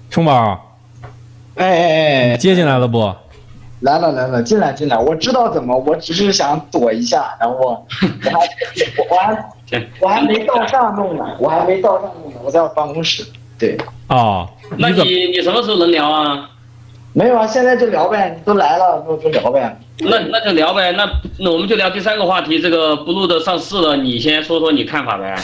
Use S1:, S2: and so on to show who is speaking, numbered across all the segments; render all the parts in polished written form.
S1: 冲宝，
S2: 哎，
S1: 你接进来了不？
S2: 来了，进来，我知道怎么，我只是想躲一下，然后我还没到上弄呢，我在我办公室。对，
S1: 哦，
S3: 那你什么时候能聊啊？
S2: 没有啊，现在就聊呗，你都来了，就聊呗。
S3: 那就聊呗，那我们就聊第三个话题，这个 Blue 的上市了，你先说说你看法呗。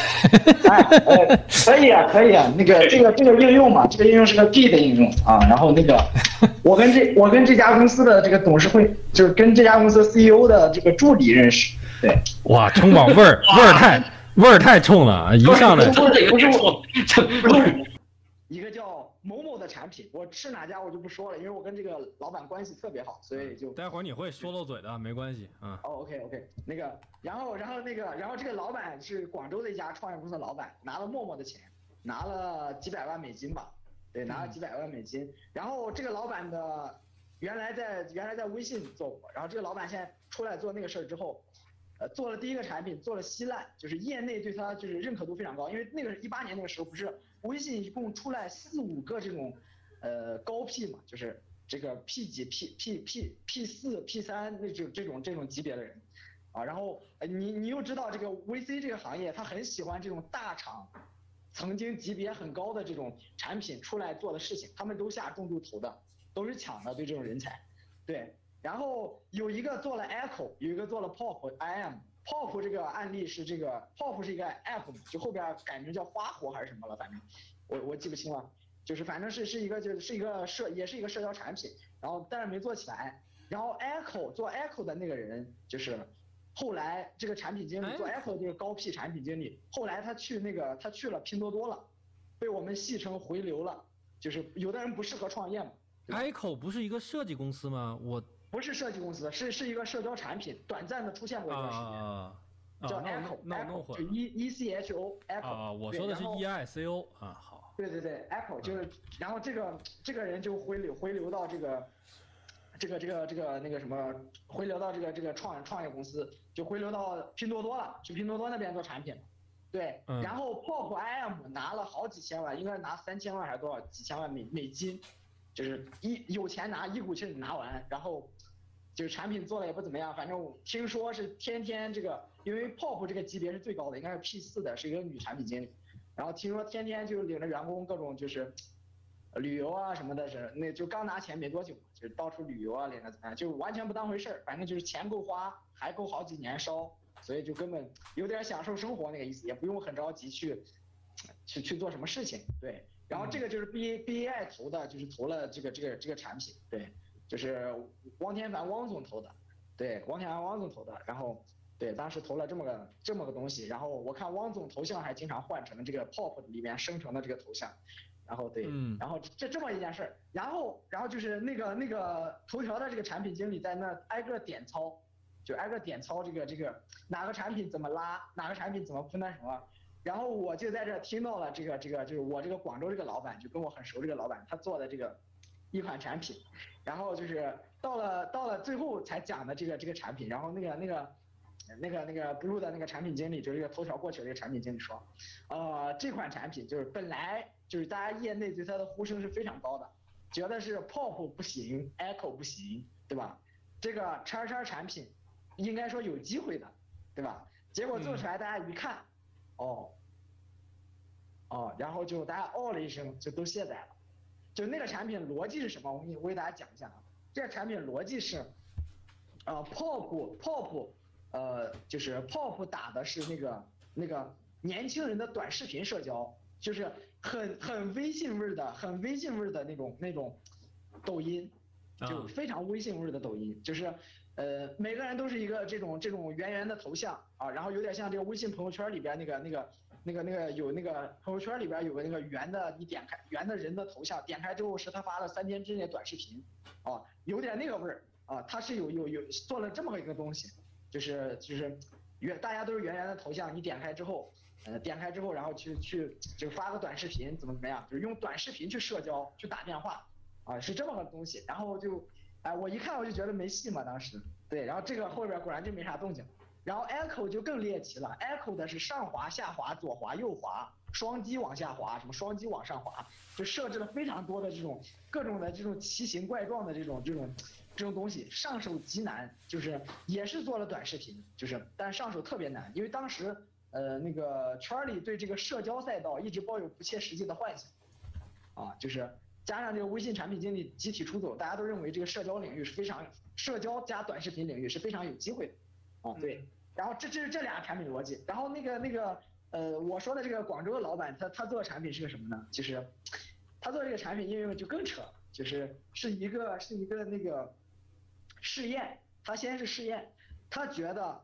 S2: 可以啊，这个应用嘛，这个应用是个 G 的应用啊，然后我跟这家公司的这个董事会，就是跟这家公司 CEO 的这个助理认识。对，
S1: 哇，冲宝味儿太冲了，一上来
S2: 不是一个叫某某的产品，我是哪家我就不说了，因为我跟这个老板关系特别好，所以就
S1: 待会儿你会说漏嘴的，没关系啊。
S2: OK，然后这个老板是广州的一家创业公司的老板，拿了陌陌的钱，拿了几百万美金吧，对，拿了几百万美金。然后这个老板的原来在微信做过，然后这个老板现在出来做那个事儿之后，做了第一个产品，做了稀烂，就是业内对他就是认可度非常高，因为那个18年那个时候不是微信一共出来4、5个这种高 P 嘛，就是这个 P 几 P4 P3那这种级别的人啊，然后你又知道这个 VC 这个行业，他很喜欢这种大厂曾经级别很高的这种产品出来做的事情，他们都下重注投的，都是抢的对这种人才，对。然后有一个做了 Echo， 有一个做了 Pop。Pop 这个案例是这个 Pop 是一个 App， 就后边改名叫花火还是什么了，反正我记不清了，就是反正是一个也是一个社交产品，然后但是没做起来。然后 Echo 做 Echo 的那个人就是后来这个产品经理做 Echo 这个高 P 产品经理，后来他去了拼多多了，被我们戏称回流了，就是有的人不适合创业嘛。
S1: Echo 不是一个设计公司吗？
S2: 不是设计公司，是一个社交产品，短暂的出现过一段时间，叫 Echo， 就 ECHO Echo。
S1: 我说的是 EICO 啊，好。
S2: 对 Echo 就是，然后这个人就回流到这个那个什么，回流到这个创业公司，就回流到拼多多了，去拼多多那边做产品了。对，然后 Pop IM 拿了好几千万，应该是拿3000万还是多少几千万美金。就是有钱拿，一股气拿完，然后就是产品做的也不怎么样，反正听说是天天这个，因为 Pop 这个级别是最高的，应该是 P4的，是一个女产品经理，然后听说天天就领着员工各种就是旅游啊什么的，那就刚拿钱没多久，就是到处旅游啊，领着就完全不当回事儿，反正就是钱够花，还够好几年烧，所以就根本有点享受生活那个意思，也不用很着急去做什么事情，对。然后这个就是 BAI 投的，就是投了这个产品，对，就是汪天凡汪总投的，对，汪天凡汪总投的，然后对，当时投了这么个东西，然后我看汪总头像还经常换成这个 Pop 里面生成的这个头像，然后对，然后这么一件事儿，然后就是那个头条的这个产品经理在那挨个点操，就挨个点操这个哪个产品怎么拉，哪个产品怎么分那什么。然后我就在这听到了这个就是我这个广州这个老板，就跟我很熟这个老板，他做的这个一款产品，然后就是到了最后才讲的这个产品，然后那个 Blue 的那个产品经理，就是这个头条过去的这个产品经理说，这款产品就是本来就是大家业内对它的呼声是非常高的，觉得是 Pop 不行 ，Echo 不行，对吧？这个叉产品应该说有机会的，对吧？结果做出来大家一看，然后就大家了一声，就都卸载了。就那个产品逻辑是什么？我给大家讲一下啊。这个产品逻辑是，Pop，就是 Pop 打的是那个年轻人的短视频社交，就是很微信味的那种抖音，就非常微信味的抖音，就是每个人都是一个这种圆圆的头像啊，然后有点像这个微信朋友圈里边那个有那个朋友圈里边有个那个圆的，你点开圆的人的头像，点开之后是他发了3天之内短视频，有点那个味儿啊，他是有做了这么一个东西，就是大家都是圆圆的头像，你点开之后，然后去就发个短视频怎么样，就是用短视频去社交去打电话啊，是这么个东西，然后就我一看我就觉得没戏嘛，当时对，然后这个后边果然就没啥动静。然后 Echo 就更猎奇了 ，Echo 的是上滑、下滑、左滑、右滑， 双击往下滑，什么双击往上滑，就设置了非常多的这种各种的这种奇形怪状的这种东西，上手极难，就是也是做了短视频，但上手特别难，因为当时那个圈里对这个社交赛道一直抱有不切实际的幻想，啊，加上这个微信产品经理集体出走，大家都认为这个社交领域是非常社交加短视频领域是非常有机会的，啊对，然后这是这俩产品逻辑，然后我说的这个广州的老板他做的产品是个什么呢？他做这个产品应用就更扯，是一个那个试验，他先是试验，他觉得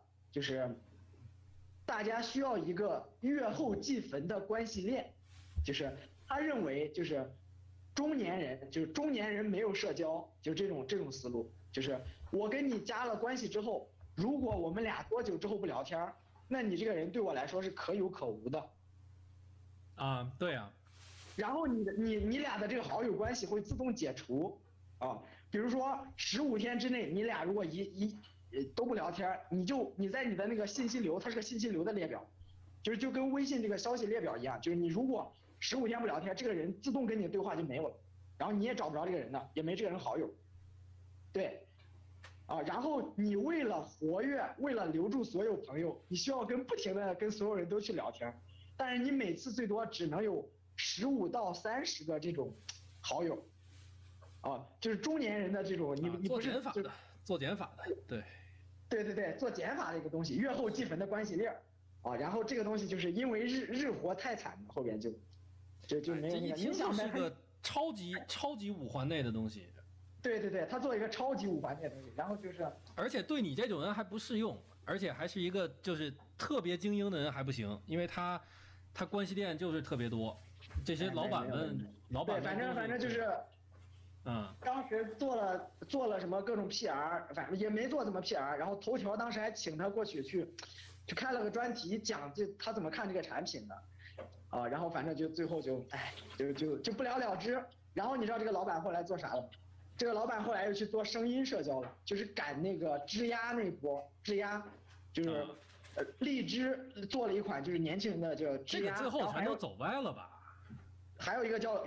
S2: 大家需要一个月后祭坟的关系链，他认为中年人没有社交，就这种思路，我跟你加了关系之后，如果我们俩多久之后不聊天，那你这个人对我来说是可有可无的。
S1: 啊，对啊。
S2: 然后你俩的这个好友关系会自动解除，啊，比如说15天之内你俩如果都不聊天，你在你的那个信息流，它是个信息流的列表，就跟微信这个消息列表一样，你如果15天不聊天，这个人自动跟你的对话就没有了，然后你也找不着这个人了，也没这个人好友，对，啊，然后你为了活跃，为了留住所有朋友，你需要不停的跟所有人都去聊天，但是你每次最多只能有15到30个这种好友，啊，就是中年人的这种你不是
S1: 做减法的，对。
S2: 对，做减法的一个东西，月后祭坟的关系链，啊，然后这个东西因为日活太惨了，后边就没有那个。
S1: 这一听就是个超级五环内的东西。
S2: 对，他做一个超级五环内的东西，然后
S1: 而且对你这种人还不适用，而且还是一个特别精英的人还不行，因为他关系链特别多，这些老板们
S2: 对，反正当时做了什么各种 PR， 反正也没做怎么 PR， 然后头条当时还请他过去去开了个专题讲他怎么看这个产品的，啊，然后反正最后就不了了之。然后你知道这个老板后来做啥了吗？这个老板后来又去做声音社交了，赶那个吱呀那波，吱呀荔枝做了一款年轻人的这个吱呀，
S1: 这个最后全都走歪了吧？
S2: 还有一个叫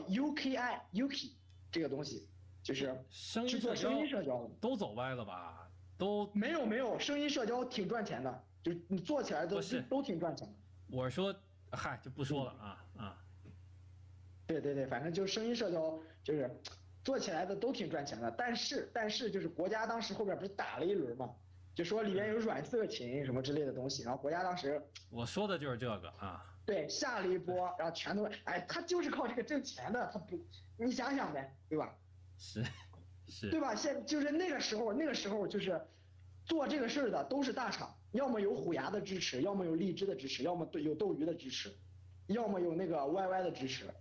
S2: Yuki。这个东西去做声音社交
S1: 都走歪了吧？都
S2: 没有，声音社交挺赚钱的，你做起来都挺赚钱的。
S1: 我说，嗨，就不说了啊。
S2: 对，反正声音社交做起来的都挺赚钱的，但是国家当时后边不是打了一轮嘛，就说里面有软色情什么之类的东西，然后国家当时
S1: 我说的就是这个啊。对，
S2: 下了一波，然后全都他就是靠这个挣钱的，他不，你想想呗，对吧？
S1: 是，
S2: 对吧？那个时候做这个事儿的都是大厂，要么有虎牙的支持，要么有荔枝的支持，要么有斗鱼的支持，要么有那个 YY 的支持，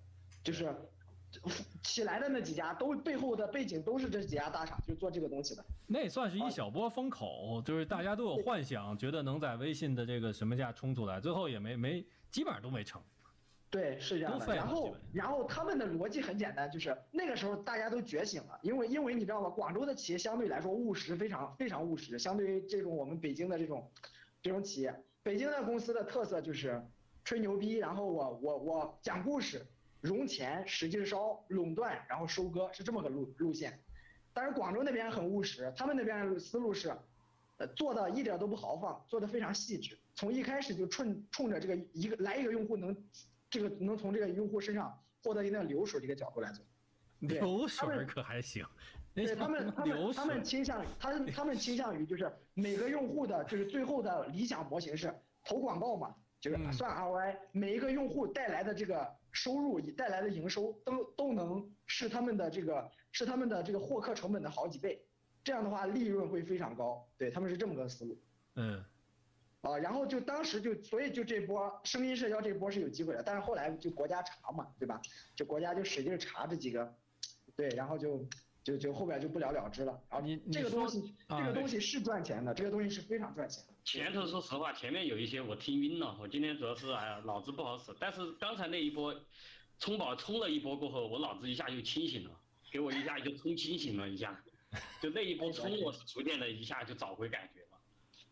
S2: 起来的那几家背后的背景都是这几家大厂就做这个东西的。
S1: 那算是一小波风口，大家都有幻想，觉得能在微信的这个什么价冲出来，最后也没基本上都没成。
S2: 对，是这样的。然后他们的逻辑很简单，那个时候大家都觉醒了，因为你知道吗？广州的企业相对来说务实，非常非常务实，相对于这种我们北京的这种企业，北京的公司的特色吹牛逼，然后我讲故事，融钱，使劲烧，垄断，然后收割，是这么个路线。但是广州那边很务实，他们那边的思路是，做的一点都不豪放，做的非常细致，从一开始就冲着一个用户能从这个用户身上获得一定的流水这个角度来做。
S1: 流水可还行。
S2: 对他们倾向于每个用户的最后的理想模型是投广告嘛，算 ROI， 每一个用户带来的这个收入带来的营收都能是他们的这个获客成本的好几倍，这样的话利润会非常高。对，他们是这么个思路。然后当时所以这波声音社交这波是有机会的，但是后来国家查嘛，对吧？国家使劲查这几个，对，然后就后边就不了了之了。然后这个东西是赚钱的，这个东西是非常赚钱的。
S3: 前头说实话，前面有一些我听晕了，我今天主要是脑子不好使。但是刚才那一波充宝充了一波过后，我脑子一下就清醒了，给我一下就充清醒了一下，就那一波充我是逐渐的一下就找回感觉了。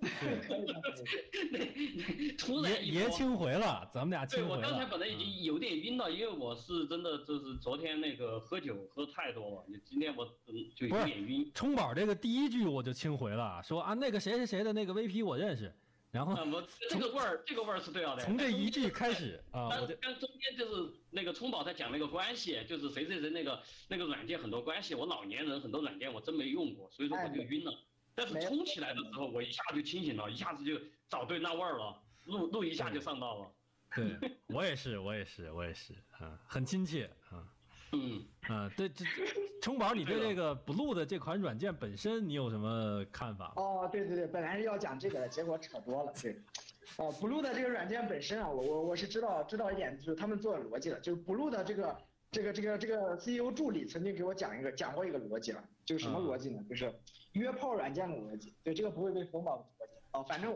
S3: 突然
S1: 爷清回了，咱们俩清回了。
S3: 对，我刚才本来已经有点晕了，因为我是真的就是昨天那个喝酒喝太多了，今天我就有点晕。
S1: 冲宝这个第一句我就清回了，说啊那个谁谁谁的那个 VP 我认识，然后
S3: 我这个味儿是对了的。
S1: 从这一句开始啊，我就
S3: 中间就是那个冲宝在讲那个关系，就是谁谁谁那个软件很多关系，我老年人很多软件我真没用过，所以说我就晕了。但是冲起来的时候，我一下就清醒了，一下子就找对那味儿了，录一下就上道了。
S1: 对，我也是，啊，很亲切啊。对，这冲宝，你对这个 Blue 的这款软件本身你有什么看法？
S2: 哦，对，本来是要讲这个的，结果扯多了。对，Blue 的这个软件本身啊，我是知道一点，就是他们做的逻辑的，就是 Blue 的这个 CEO 助理曾经给我讲过一个逻辑了，就是什么逻辑呢？就是约炮软件的逻辑。对，这个不会被封吧？反正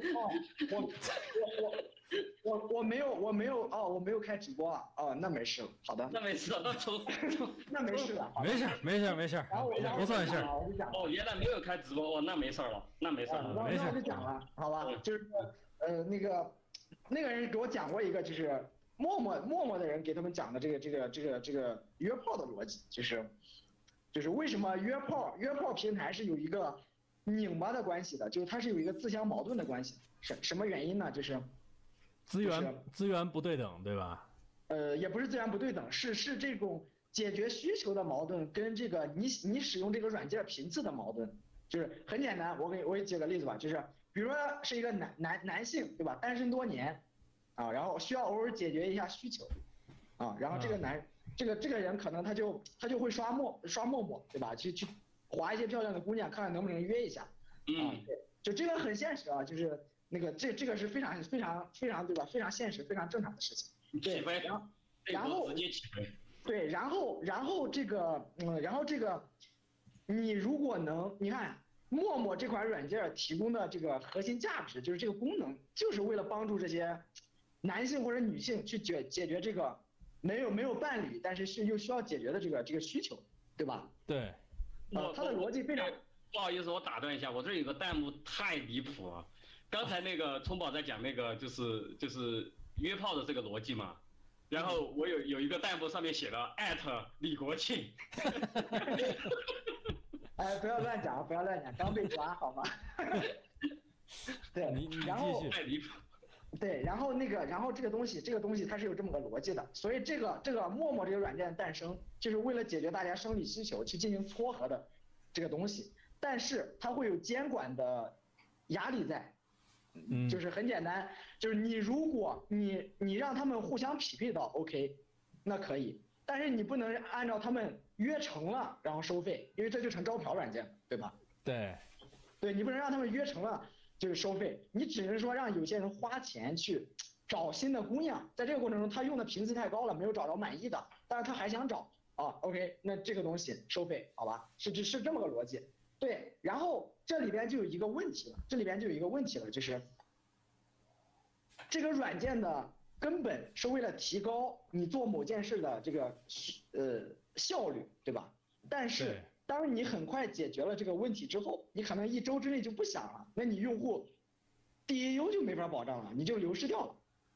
S2: 我没有开直播啊。那没事了。好的，
S3: 那没事了，
S2: 那没事了。
S1: 没事，
S2: 然后
S1: 不算事儿。
S3: 原来没有开直播，那没事了，那没事了。
S2: 没事，我就讲了，好吧？就是那个人给我讲过一个，就是陌陌的人给他们讲的这个约炮的逻辑，就是为什么约炮平台是有一个拧巴的关系的，就是它是有一个自相矛盾的关系。什么原因呢？就是
S1: 资源不对等，对吧？
S2: 也不是资源不对等，是这种解决需求的矛盾跟这个你使用这个软件频次的矛盾。就是很简单，我给举个例子吧，就是比如说是一个男性，对吧？单身多年啊，然后需要偶尔解决一下需求啊，然后这个人可能他就会刷陌陌，对吧？去划一些漂亮的姑娘，看看能不能约一下。对，就这个很现实啊，就是那个这个是非常对吧？非常现实、非常正常的事情。对，然后
S3: 直接起飞。
S2: 对，然后这个你如果你看陌陌这款软件提供的这个核心价值，就是这个功能，就是为了帮助这些男性或者女性去解决这个没有伴侣，但是又需要解决的这个需求，对吧？
S1: 对。
S2: 它的逻辑非常。
S3: 不好意思，我打断一下，我这有个弹幕太离谱了。刚才那个冲宝在讲那个就是约炮的这个逻辑嘛，然后我有一个弹幕上面写了李国庆。
S2: 哎，不要乱讲，刚被抓好吗？对，然后
S3: 太离谱。
S2: 对，然后这个东西它是有这么个逻辑的，所以这个陌陌这个软件诞生，就是为了解决大家生理需求去进行撮合的这个东西，但是它会有监管的压力在。就是很简单，就是你如果你让他们互相匹配到 OK， 那可以，但是你不能按照他们约成了然后收费，因为这就成招嫖软件了，对吧？
S1: 对，
S2: 你不能让他们约成了就是收费，你只能说让有些人花钱去找新的姑娘，在这个过程中他用的频次太高了，没有找着满意的，但是他还想找OK， 那这个东西收费，好吧？是这么个逻辑。对，然后这里边就有一个问题了，就是这个软件的根本是为了提高你做某件事的这个效率，对吧？但是当你很快解决了这个问题之后，你可能1周之内就不响了，那你用户 DAU 就没法保障了，你就流失掉了。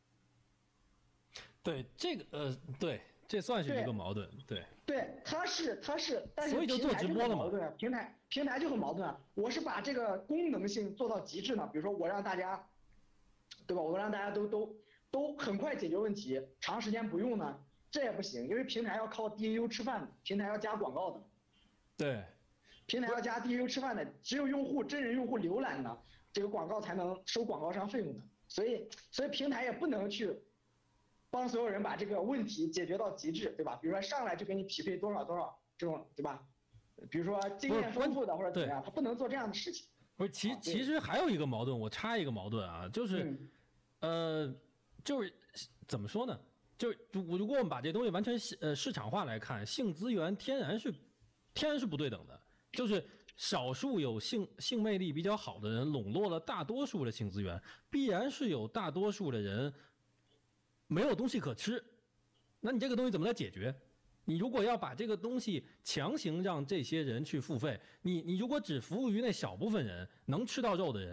S1: 对，这个对，这算是一个矛盾。
S2: 对，它是，但是
S1: 所以就做直播了嘛。
S2: 对，平台就很矛盾啊。我是把这个功能性做到极致呢，比如说我让大家，对吧？我让大家都很快解决问题，长时间不用呢，这也不行，因为平台要靠 DAU 吃饭的，平台要加广告的。
S1: 对，
S2: 平台要加 DAU 吃饭的，只有真人用户浏览呢，这个广告才能收广告商费用的。所以平台也不能去帮所有人把这个问题解决到极致，对吧？比如说上来就给你匹配多少这种，对吧？比如说经验丰富的或者怎么样，他不能做这样的事情。
S1: 不是，其实还有一个矛盾，我插一个矛盾啊，就是，就是怎么说呢？就如果我们把这东西完全市场化来看，性资源天然是不对等的，就是少数有性魅力比较好的人笼络了大多数的性资源，必然是有大多数的人没有东西可吃，那你这个东西怎么来解决？你如果要把这个东西强行让这些人去付费，你如果只服务于那小部分人能吃到肉的人，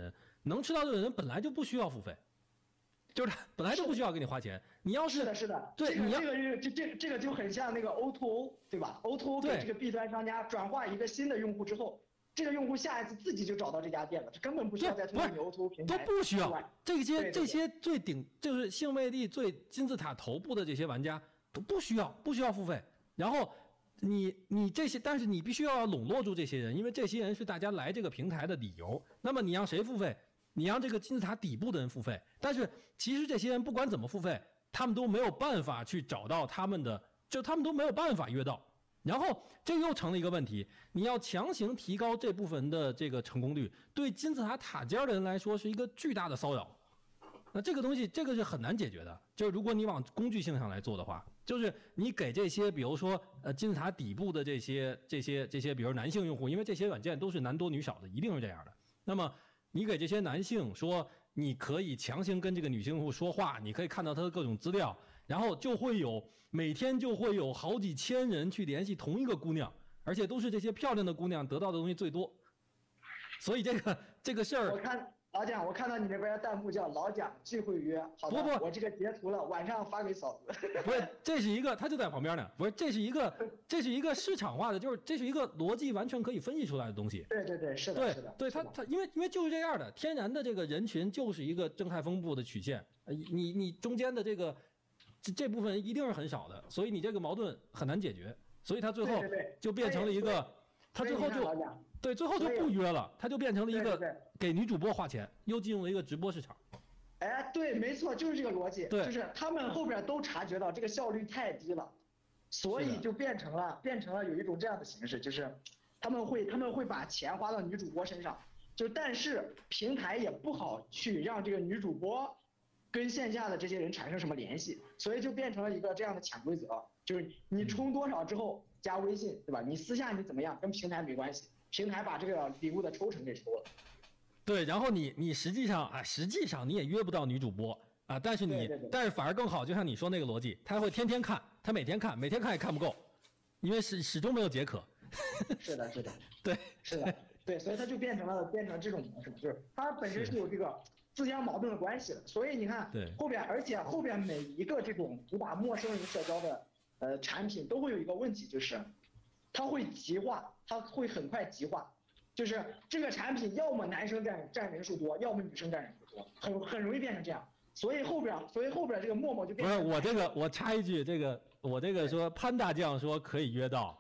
S1: 能吃到这个人本来就不需要付费，就是他本来就不需要给你花钱。你要
S2: 是的，
S1: 对，
S2: 这个就很像那个 O2O， 对吧 ？O2O 给这个 B 端商家转化一个新的用户之后，这个用户下一次自己就找到这家店了，这根本不需要再通过你 O2O 平台，
S1: 都不需要。这些最就是性魅力最金字塔头部的这些玩家都不需要付费。然后你这些，但是你必须要笼络住这些人，因为这些人是大家来这个平台的理由。那么你让谁付费？你让这个金字塔底部的人付费，但是其实这些人不管怎么付费，他们都没有办法去找到他们都没有办法约到。然后这又成了一个问题，你要强行提高这部分的这个成功率，对金字塔塔尖的人来说是一个巨大的骚扰。那这个东西，这个是很难解决的。就是如果你往工具性上来做的话，就是你给这些，比如说金字塔底部的这些，比如男性用户，因为这些软件都是男多女少的，一定是这样的。那么你给这些男性说，你可以强行跟这个女性用户说话，你可以看到他的各种资料，然后每天就会有好几千人去联系同一个姑娘，而且都是这些漂亮的姑娘得到的东西最多。所以这个事儿，
S2: 老蒋，我看到你那边的弹幕叫老蒋聚会约，好的，我这个截图了，晚上发给嫂子。
S1: 不是，这是一个，他就在旁边呢。不是，这是一个市场化的，就是这是一个逻辑完全可以分析出来的东西。
S2: 对，是的。
S1: 对，他因为就是这样的，天然的这个人群就是一个正态分布的曲线，你中间的这部分一定是很少的，所以你这个矛盾很难解决，所以他最后就变成了一个，他最后最后就不约了，他就变成了一个给女主播花钱，又进入了一个直播市场。
S2: 哎，对，没错，就是这个逻辑，就是他们后边都察觉到这个效率太低了，所以就变成了有一种这样的形式，就是他们会把钱花到女主播身上，但是平台也不好去让这个女主播跟线下的这些人产生什么联系，所以就变成了一个这样的潜规则，就是你充多少之后加微信，对吧？你私下你怎么样跟平台没关系，平台把这个礼物的抽成给收了。
S1: 对，然后你实际上你也约不到女主播啊，但是但是反而更好，就像你说那个逻辑，他会天天看，他每天看也看不够，因为始终没有解渴。
S2: 是的，
S1: 对，
S2: 是的，对，所以它就变成这种模式，就是它本身是有这个自相矛盾的关系的，所以你看而且后边每一个这种主打陌生人社交的产品都会有一个问题，就是它会极化，它会很快极化。就是这个产品要么男生占人数多，要么女生占人数多，很容易变成这样。所以后边这个陌陌就变成。
S1: 不是我插一句，我这个说潘大将说可以约到，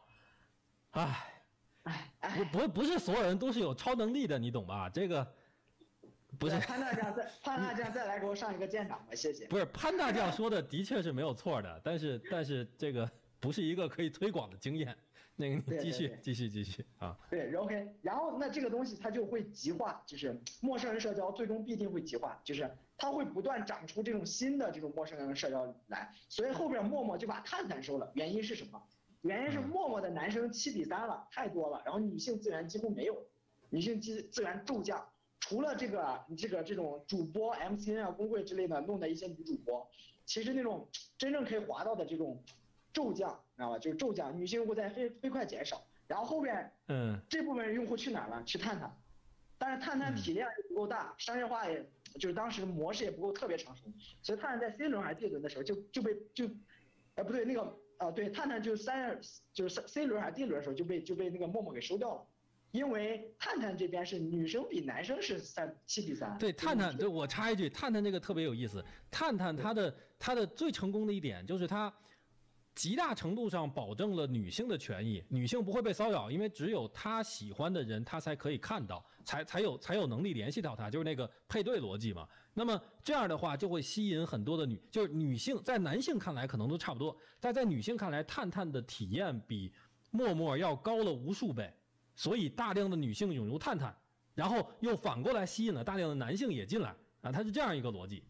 S1: 不是所有人都是有超能力的，你懂吧？这个不是。
S2: 潘大将再来给我上一个舰长吧，谢谢。
S1: 不是潘大将说的的确是没有错的，但是这个不是一个可以推广的经验。那个继续啊。
S2: 对 ，OK， 然后那这个东西它就会极化，就是陌生人社交最终必定会极化，就是它会不断长出这种新的这种陌生人社交来，所以后边陌陌就把探探收了，原因是什么？原因是陌陌的男生7:3了，太多了，然后女性资源几乎没有，女性资源骤降，除了这种主播 MCN 啊工会之类的弄的一些女主播，其实那种真正可以滑到的这种骤降，知道吧？就是骤降，女性用户在飞快减少，然后后边这部分用户去哪儿了？去探探，但是探探体量也不够大，商业化也就是当时模式也不够特别成熟，所以探探在 C 轮还是 D 轮的时候不对，那个对，探探就是C 轮还是 D 轮的时候就被那个陌陌给收掉了。因为探探这边是女生比男生是7:3。
S1: 对，探探，对，我插一句，探探这个特别有意思。探探它的最成功的一点就是它极大程度上保证了女性的权益，女性不会被骚扰，因为只有她喜欢的人她才可以看到，才有能力联系到她，就是那个配对逻辑嘛。那么这样的话就会吸引很多的就是女性，在男性看来可能都差不多，但在女性看来，探探的体验比陌陌要高了无数倍。所以大量的女性涌入探探，然后又反过来吸引了大量的男性也进来啊，它是这样一个逻辑。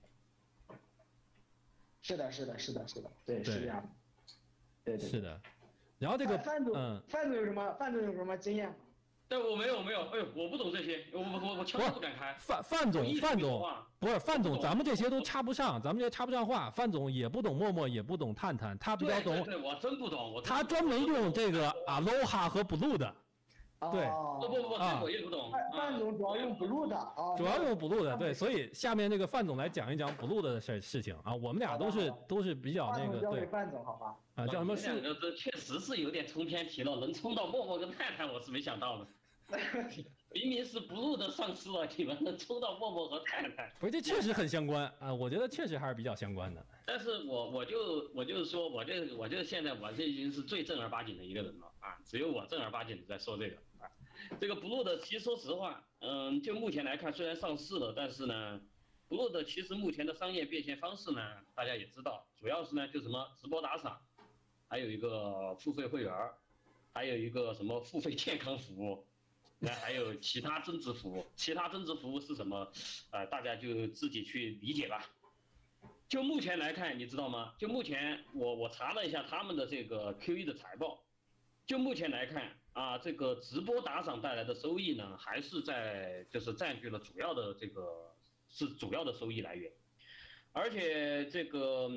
S2: 是的，对，是这样的，对。
S1: 是的，然后这个
S2: 范总有什么经验吗？
S3: 对，我没有，哎呦，我不懂这些，我枪都不敢开。
S1: 范总，不是范总，咱们这些都插不上，咱们这插不上话。范总也不懂陌陌，也不懂探探，他比较懂。
S3: 对，我真不懂。
S1: 他专门用这个 Aloha 和 Blue 的。 对，
S3: 不，这我也不懂。
S2: 范总主要用 Blue 的啊，
S1: 主要用 Blue 的，对，所以下面这个范总来讲一讲 Blue 的事情啊，我们俩都是比较那个，对，
S2: 范总好吧？
S1: 啊，叫什么？
S3: 两个这确实是有点冲偏题了，能冲到陌陌跟太太，我是没想到的。明明是 Blue 的上市了，你们能冲到陌陌和太太？
S1: 不是，这确实很相关啊，我觉得确实还是比较相关的。
S3: 但是我就是说，我就现在我这已经是最正儿八经的一个人了啊，只有我正儿八经的在说这个啊。这个 Blue 的其实说实话，就目前来看，虽然上市了，但是呢 ，Blue 的其实目前的商业变现方式呢，大家也知道，主要是呢就什么直播打赏，还有一个付费会员，还有一个什么付费健康服务。那还有其他增值服务，其他增值服务是什么？大家就自己去理解吧。就目前来看，你知道吗？就目前我查了一下他们的这个 Q1 的财报，就目前来看啊，这个直播打赏带来的收益呢，还是就是占据了主要的收益来源，而且这个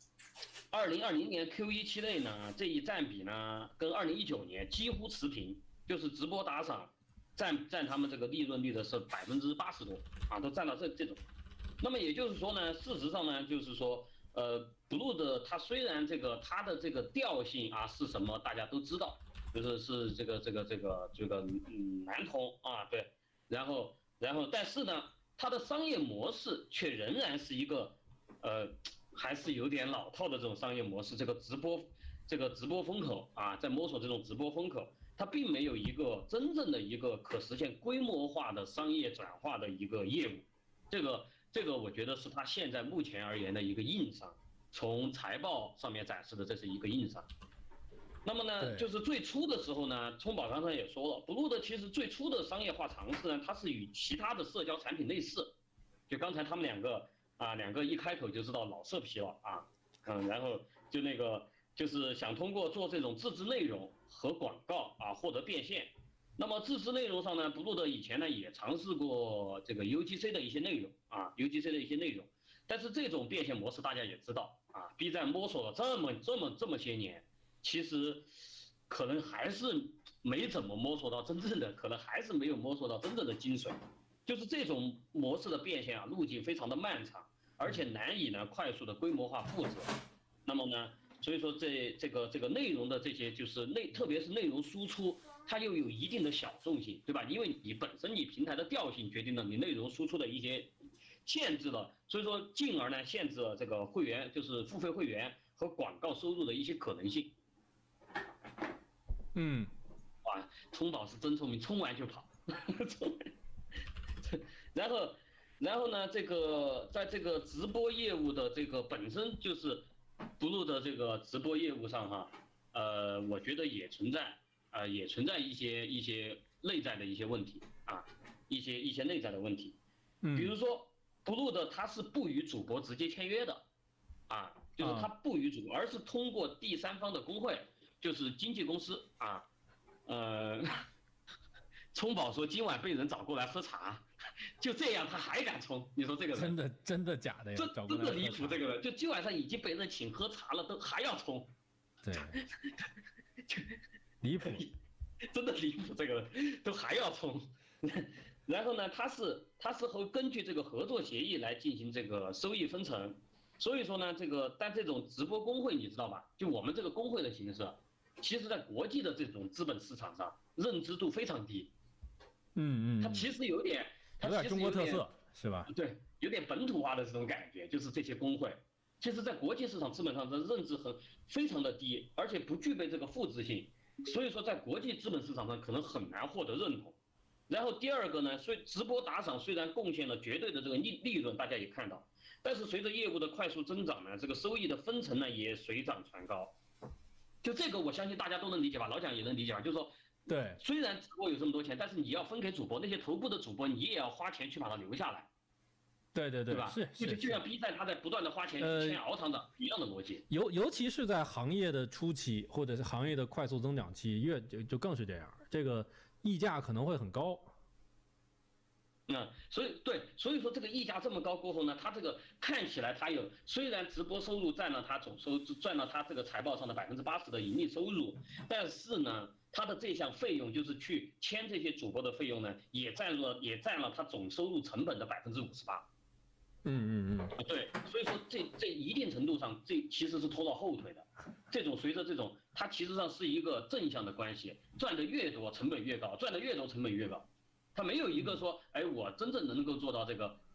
S3: 2020年 Q1期内呢，这一占比呢跟2019年几乎持平，就是直播打赏。占他们这个利润率的是80%多啊，都占到这种。那么也就是说呢，事实上呢，就是说，Blue 的它虽然它的这个调性啊是什么，大家都知道，就是这个男同啊，对，然后但是呢，它的商业模式却仍然是一个还是有点老套的这种商业模式，这个直播风口啊，在摸索这种直播风口。它并没有一个真正的一个可实现规模化的商业转化的一个业务，这个我觉得是它现在目前而言的一个硬伤，从财报上面展示的这是一个硬伤。那么呢，就是最初的时候呢，聪宝刚才也说了 ，Blue 的其实最初的商业化尝试呢，它是与其他的社交产品类似，就刚才他们两个一开口就知道老色批了啊，然后就那个就是想通过做这种自制内容。和广告啊获得变现，那么自制内容上呢 ，Blue 的以前呢也尝试过这个 UGC 的一些内容啊 ，UGC 的一些内容，但是这种变现模式大家也知道啊 ，B 站摸索了这么些年，其实可能还是没怎么摸索到真正的，可能还是没有摸索到真正的精髓，就是这种模式的变现啊，路径非常的漫长，而且难以呢快速的规模化复制，那么呢？所以说这个内容的这些就是特别是内容输出，它又有一定的小众性，对吧？因为你本身你平台的调性决定了你内容输出的一些限制了，所以说进而呢限制了这个会员就是付费会员和广告收入的一些可能性。哇，聪宝是真聪明，冲完就跑。然后呢，这个在这个直播业务的这个本身就是。Blue 的这个直播业务上哈，我觉得也存在一些内在的一些问题啊，一些内在的问题，比如说 Blue 的它是不与主播直接签约的，啊，就是它不与主播，而是通过第三方的工会，就是经纪公司啊，聪宝说今晚被人找过来喝茶。就这样他还敢冲？你说这个
S1: 人真的假的呀？
S3: 真的离谱，这个人就今晚上已经被人请喝茶了，都还要冲，
S1: 对，离谱，
S3: 真的离谱，这个人都还要冲。然后呢，他是根据这个合作协议来进行这个收益分成，所以说呢，但这种直播工会你知道吧？就我们这个工会的形式，其实在国际的这种资本市场上认知度非常低。它其实有点
S1: 中国特色是吧？
S3: 对，有点本土化的这种感觉，就是这些工会，其实在国际市场资本上的认知非常的低，而且不具备这个复制性，所以说在国际资本市场上可能很难获得认同。然后第二个呢，直播打赏虽然贡献了绝对的这个利润，大家也看到，但是随着业务的快速增长呢，这个收益的分成呢也水涨船高。就这个我相信大家都能理解吧，老蒋也能理解吧，就是说。
S1: 对，
S3: 虽然直播有这么多钱，但是你要分给主播，那些头部的主播你也要花钱去把它留下来。
S1: 对
S3: 吧？就像 B 站它在不断的花钱签熬堂的一样的逻辑。
S1: 尤其是在行业的初期或者是行业的快速增长期，就更是这样，这个溢价可能会很高。
S3: 所以说这个溢价这么高过后呢，它这个看起来它虽然直播收入占了它总收占了它这个财报上的80%的盈利收入，但是呢，它的这项费用就是去签这些主播的费用呢，也占了它总收入成本的58%。对，所以说这一定程度上，这其实是拖到后腿的。随着这种，它其实上是一个正向的关系，赚的越多成本越高，赚的越多成本越高。它没有一个说，哎，我真正能够做到这个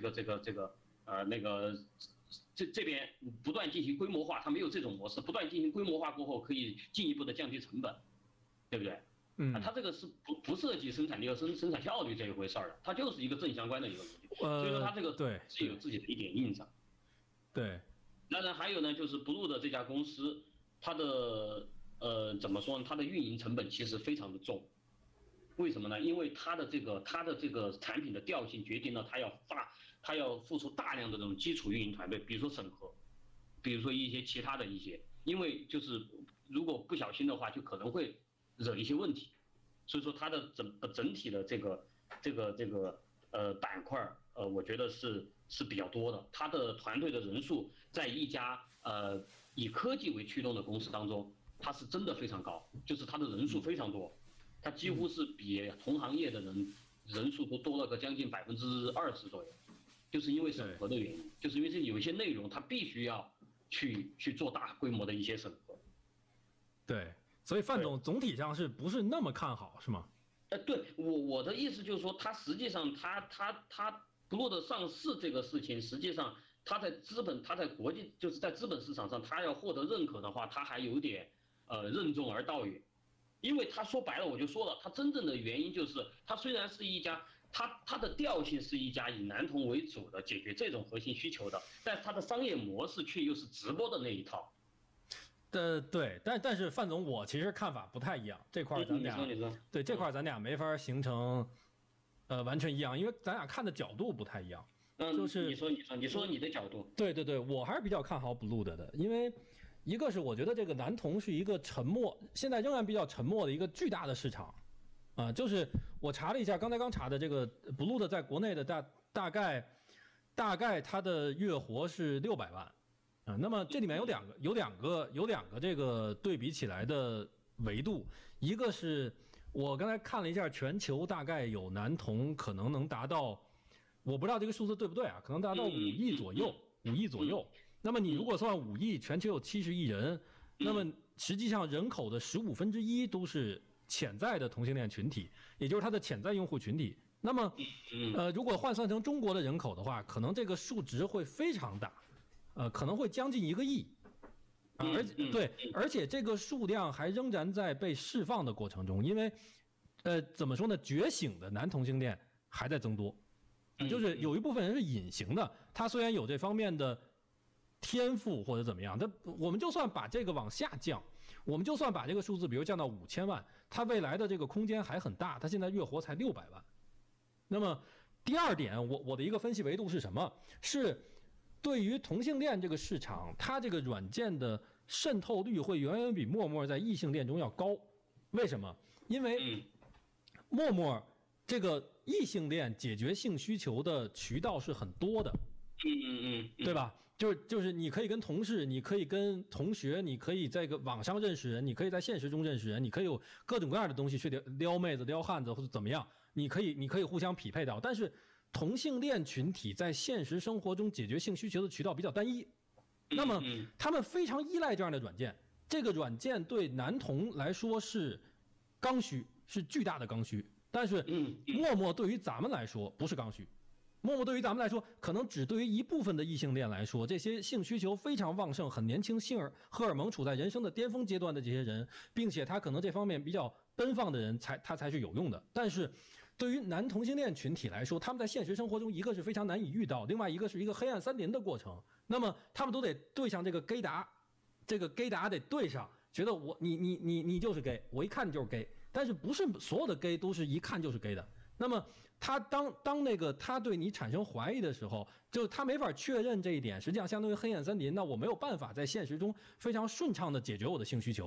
S3: 这边不断进行规模化，它没有这种模式，不断进行规模化过后，可以进一步的降低成本，对不对？它这个是不涉及生产力和生产效率这一回事儿的，它就是一个正相关的一个逻辑。所以说它这个
S1: 对
S3: 是有自己的一点硬伤。
S1: 对，
S3: 当然还有呢，就是 Blue 的这家公司，它的怎么说呢？它的运营成本其实非常的重。为什么呢？因为它的这个产品的调性决定了它要付出大量的这种基础运营团队，比如说审核，比如说一些其他的一些，因为就是如果不小心的话，就可能会惹一些问题，所以说它的整体的这个板块我觉得是比较多的。它的团队的人数在一家以科技为驱动的公司当中，它是真的非常高，就是它的人数非常多。它几乎是比同行业的人数都多了个将近20%左右，就是因为审核的原因，就是因为这有一些内容它必须要去做大规模的一些审核。
S1: 对，所以范总总体上是不是那么看好，是吗？
S3: 对，我的意思就是说，它实际上它Blue的上市这个事情，实际上它在国际就是在资本市场上，它要获得认可的话，它还有点任重而道远。因为他说白了，我就说了，他真正的原因就是，他虽然是一家，他的调性是一家以男童为主的解决这种核心需求的，但是他的商业模式却又是直播的那一套。
S1: 对，但是范总，我其实看法不太一样，这块咱俩对这块咱俩没法形成完全一样，因为咱俩看的角度不太一样。就是
S3: 你说你的角度。
S1: 对，我还是比较看好 Blue 的，因为一个是我觉得这个男童是一个现在仍然比较沉默的一个巨大的市场，就是我查了一下，刚查的这个 Blue 的在国内的大概它的月活是600万，那么这里面有两个这个对比起来的维度，一个是我刚才看了一下，全球大概有男童可能能达到，我不知道这个数字对不对啊，可能达到5亿左右。那么你如果算5亿，全球有70亿人，那么实际上人口的1/15都是潜在的同性恋群体，也就是它的潜在用户群体。那么，如果换算成中国的人口的话，可能这个数值会非常大，可能会将近1个亿，而且这个数量还仍然在被释放的过程中，因为，怎么说呢，觉醒的男同性恋还在增多，就是有一部分人是隐形的，他虽然有这方面的天赋或者怎么样，我们就算把这个往下降，我们就算把这个数字比如降到5000万，它未来的这个空间还很大，它现在月活才600万。那么第二点，我的一个分析维度是什么？是对于同性恋这个市场，它这个软件的渗透率会远远比陌陌在异性恋中要高。为什么？因为陌陌这个异性恋解决性需求的渠道是很多的，对吧？就是你可以跟同事，你可以跟同学，你可以在网上认识人，你可以在现实中认识人，你可以有各种各样的东西去撩妹子、撩汉子或者怎么样，你可以互相匹配到。但是同性恋群体在现实生活中解决性需求的渠道比较单一，那么他们非常依赖这样的软件。这个软件对男同来说是刚需，是巨大的刚需，但是陌陌对于咱们来说不是刚需。陌陌对于咱们来说，可能只对于一部分的异性恋来说，这些性需求非常旺盛、很年轻、荷尔蒙处在人生的巅峰阶段的这些人，并且他可能这方面比较奔放的人他才是有用的。但是，对于男同性恋群体来说，他们在现实生活中，一个是非常难以遇到，另外一个是一个黑暗森林的过程。那么他们都得对上这个 gay 达，这个 gay 达得对上，觉得你就是 gay， 我一看你就是 gay。但是不是所有的 gay 都是一看就是 gay 的。那么他当那个他对你产生怀疑的时候，就他没法确认这一点，实际上相当于黑暗森林。那我没有办法在现实中非常顺畅的解决我的性需求。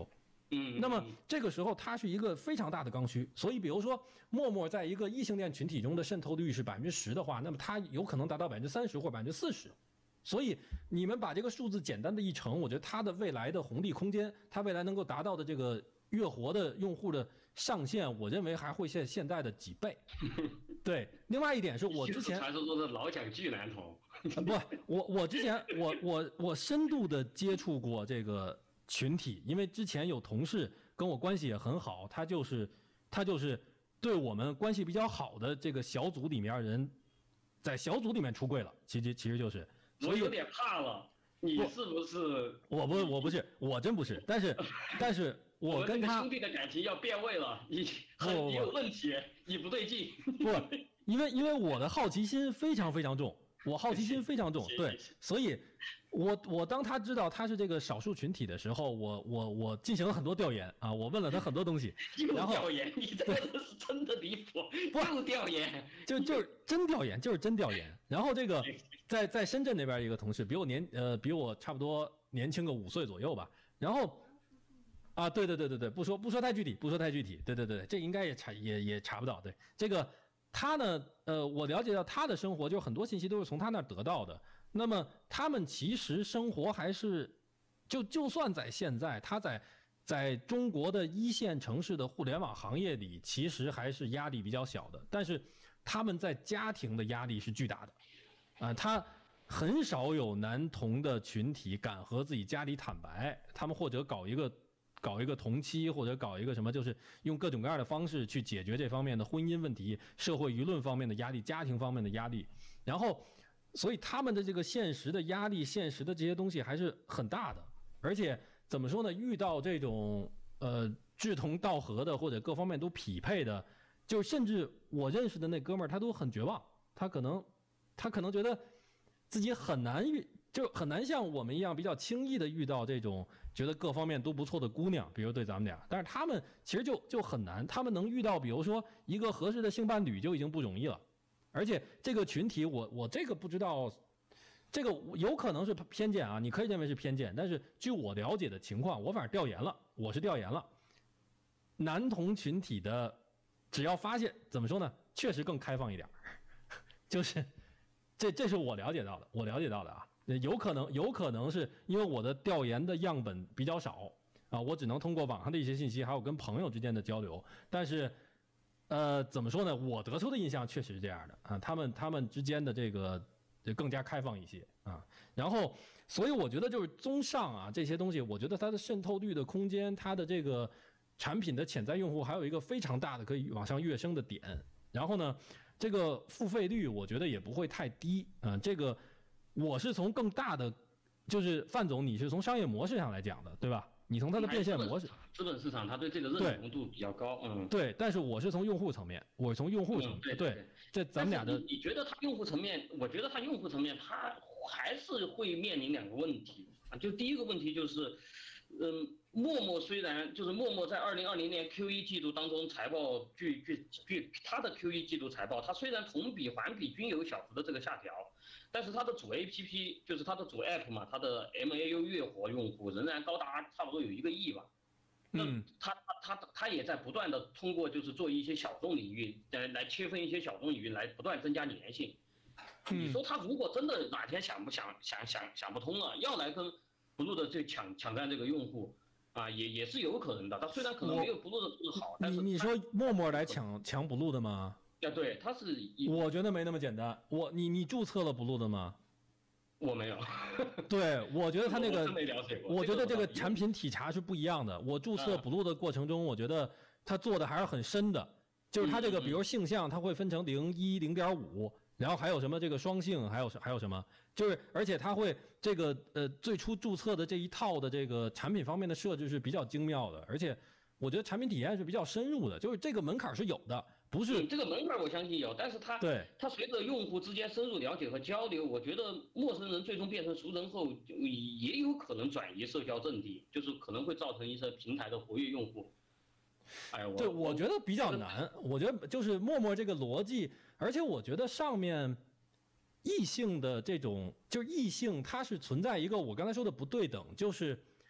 S1: 那么这个时候它是一个非常大的刚需，所以比如说陌陌在一个异性恋群体中的渗透率是10%的话，那么它有可能达到30%或40%。所以你们把这个数字简单的一乘，我觉得它的未来的红利空间，它未来能够达到的这个月活的用户的上限，我认为还会现在的几倍。对，另外一点是我之前
S3: 传说中的老蒋巨男童。
S1: 不，我之前我深度的接触过这个群体，因为之前有同事跟我关系也很好，他就是对我们关系比较好的这个小组里面人，在小组里面出柜了，其实就是。
S3: 我有点怕了，你是不是？
S1: 我不是，我真不是。但是我跟他
S3: 兄弟的感情要变味了，你有问题，你不对劲。
S1: 不，因为我的好奇心非常非常重，我好奇心非常重，对，所以我当他知道他是这个少数群体的时候，我进行了很多调研啊，我问了他很多东西，然后
S3: 调研，你这个是真的离谱，又调研，
S1: 就是真调研，就是真调研。然后这个在深圳那边一个同事，比我差不多年轻个5岁左右吧。然后啊，对，不说太具体，对，这应该也查不到。对，这个他呢，我了解到他的生活，就是很多信息都是从他那儿得到的。那么他们其实生活还是，就算在现在，他在中国的1线城市的互联网行业里，其实还是压力比较小的。但是他们在家庭的压力是巨大的，他很少有男同的群体敢和自己家里坦白，他们或者搞一个同妻，或者搞一个什么，就是用各种各样的方式去解决这方面的婚姻问题、社会舆论方面的压力、家庭方面的压力。然后，所以他们的这个现实的压力、现实的这些东西还是很大的。而且怎么说呢？遇到这种志同道合的或者各方面都匹配的，就甚至我认识的那哥们儿，他都很绝望，他可能觉得自己很难像我们一样比较轻易的遇到这种觉得各方面都不错的姑娘，比如对咱们俩，但是他们其实就很难，他们能遇到比如说一个合适的性伴侣就已经不容易了。而且这个群体我这个不知道，这个有可能是偏见啊，你可以认为是偏见，但是据我了解的情况，我反正调研了，男同群体的只要发现怎么说呢，确实更开放一点，就是这是我了解到的啊，有可能是因为我的调研的样本比较少啊，我只能通过网上的一些信息，还有跟朋友之间的交流，但是怎么说呢，我得出的印象确实是这样的啊，他们之间的这个更加开放一些啊，然后所以我觉得就是综上啊这些东西，我觉得它的渗透率的空间，它的这个产品的潜在用户还有一个非常大的可以往上跃升的点，然后呢这个付费率我觉得也不会太低啊，这个我是从更大的，就是范总你是从商业模式上来讲的，对吧？你从它的变现模式，
S3: 资本市场它对这个认同度比较高，
S1: 对，但是我是从用户层面，对，这咱们俩的，
S3: 你觉得它用户层面，我觉得它用户层面它还是会面临2个问题啊，就第一个问题就是，陌陌虽然就是陌陌在2020年 Q1 季度当中财报据它的 Q1 季度财报，它虽然同比环比均有小幅的这个下调。但是它的主 APP 就是它的主 App 嘛，它的 MAU 月活用户仍然高达差不多有1个亿吧。那它也在不断的通过就是做一些小众领域来切分一些小众领域来不断增加粘性。你说他如果真的哪天想不通了，要来跟 Blue 的这抢占这个用户啊，也是有可能的。他虽然可能没有 Blue 的这个好，但是
S1: 你说陌陌来抢 Blue 的吗？
S3: 对，他是
S1: 我觉得没那么简单。你注册了 Blue 的吗？
S3: 我没有。
S1: 对，我觉得他那个，我觉得这个
S3: 产
S1: 产品体查是不一样的。我注册 Blue 的过程中，我觉得他做的还是很深的。就是他这个，比如性向，它会分成0、1、0.5，然后还有什么这个双性，还有什么，就是而且他会这个最初注册的这一套的这个产品方面的设置是比较精妙的，而且我觉得产品体验是比较深入的，就是这个门槛是有的。不是
S3: 这个门槛，我相信有，但是它随着用户之间深入了解和交流，我觉得陌生人最终变成熟人后，也有可能转移社交阵地，就是可能会造成一些平台的活跃用户。
S1: 对，我觉得比较难。我觉得就是陌陌这个逻辑，而且我觉得上面异性的这种，就是异性它是存在一个我刚才说的不对等，就是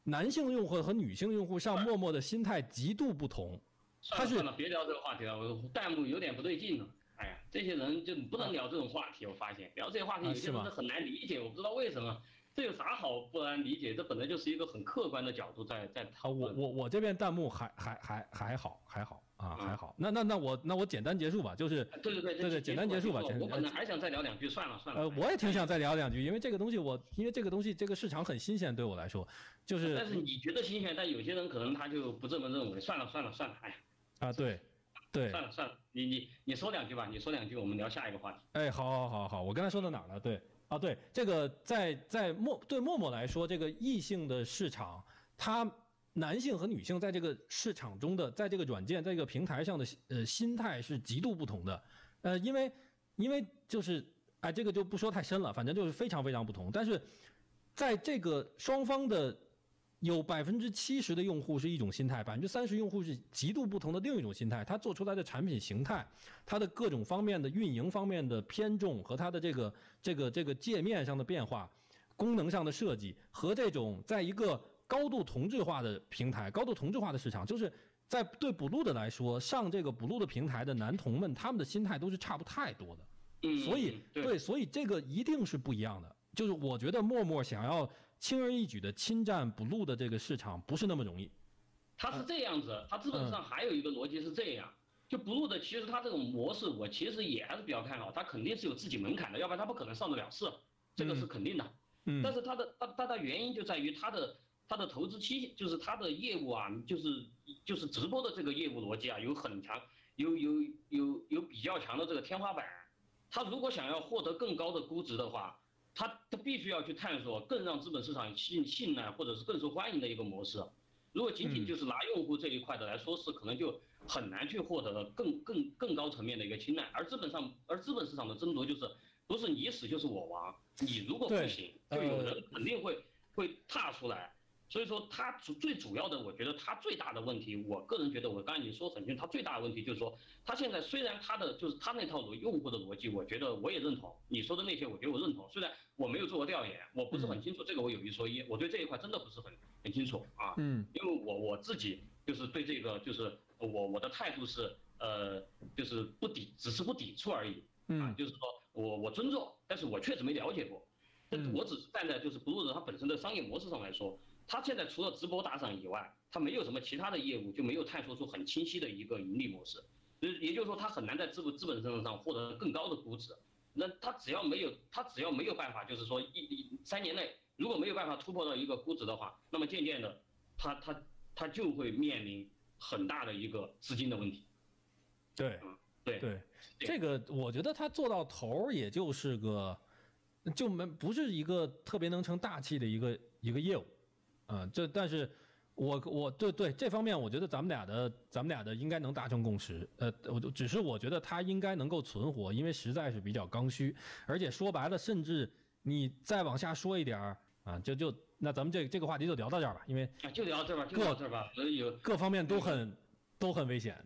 S1: 男性用户和女性用户上陌陌的心态极度不同。
S3: 算了，别聊这个话题了，我弹幕有点不对劲了。哎呀，这些人就不能聊这种话题，我发现聊这些话题有些人是很难理解，我不知道为什么。这有啥好不难理解？这本来就是一个很客观的角度在讨论。
S1: 我这边弹幕还好啊，还好。那我简单结束吧，就是对，简单结束吧。
S3: 我本来还想再聊2句，算了。
S1: 我也挺想再聊2句，因为这个东西这个市场很新鲜，对我来说，就是。
S3: 但是你觉得新鲜，但有些人可能他就不这么认为。算了，哎呀。
S1: 啊，对。
S3: 算了，你说2句吧，你说2句，我们聊下一个话题。
S1: 哎，好，我刚才说到哪儿了？对。对，这个对陌陌来说，这个异性的市场，它男性和女性在这个市场中的，在这个软件，在这个平台上的心态是极度不同的。因为就是这个就不说太深了，反正就是非常非常不同。但是在这个双方的有70%的用户是一种心态，30%用户是极度不同的另一种心态。它做出来的产品形态，它的各种方面的运营方面的偏重和它的这个界面上的变化、功能上的设计，和这种在一个高度同质化的平台、高度同质化的市场，就是在对Blue的来说，上这个Blue的平台的男同们，他们的心态都是差不太多的。所以这个一定是不一样的。就是我觉得陌陌想要轻而易举的侵占Blue的这个市场不是那么容易。
S3: 它是这样子，它基本上还有一个逻辑是这样，就Blue的其实它这种模式我其实也还是比较看好，它肯定是有自己门槛的，要不然它不可能上得了市，这个是肯定的。但是它的原因就在于它的投资期，就是它的业务啊，就是直播的这个业务逻辑啊，有很强，有比较强的这个天花板。它如果想要获得更高的估值的话，它必须要去探索更让资本市场信赖或者是更受欢迎的一个模式。如果仅仅就是拿用户这一块的来说，是可能就很难去获得更高层面的一个青睐。而资本市场的争夺就是不是你死就是我亡，你如果不行，就有人肯定会踏出来。所以说它最主要的，我觉得它最大的问题，我个人觉得我刚才你说很清楚，它最大的问题就是说，它现在虽然它那套用户的逻辑，我觉得我也认同你说的那些，我觉得我认同。虽然我没有做过调研，我不是很清楚，这个我有一说一，我对这一块真的不是很清楚啊。因为我自己就是对这个就是我的态度是就是只是不抵触而已。就是说我尊重，但是我确实没了解过。我只是站在就是Blue它本身的商业模式上来说。他现在除了直播打赏以外，他没有什么其他的业务，就没有探索出很清晰的一个盈利模式。也就是说，他很难在资本上获得更高的估值。那他只要没有办法，就是说3年内如果没有办法突破到一个估值的话，那么渐渐的，他就会面临很大的一个资金的问题。
S1: 对，这个我觉得他做到头也就是不是一个特别能成大器的一个业务。但是我对这方面，我觉得咱们俩的应该能达成共识。只是我觉得它应该能够存活，因为实在是比较刚需，而且说白了，甚至你再往下说一点啊，那咱们这个话题就聊到这儿吧，因为
S3: 就聊这吧，
S1: 各方面都很危险。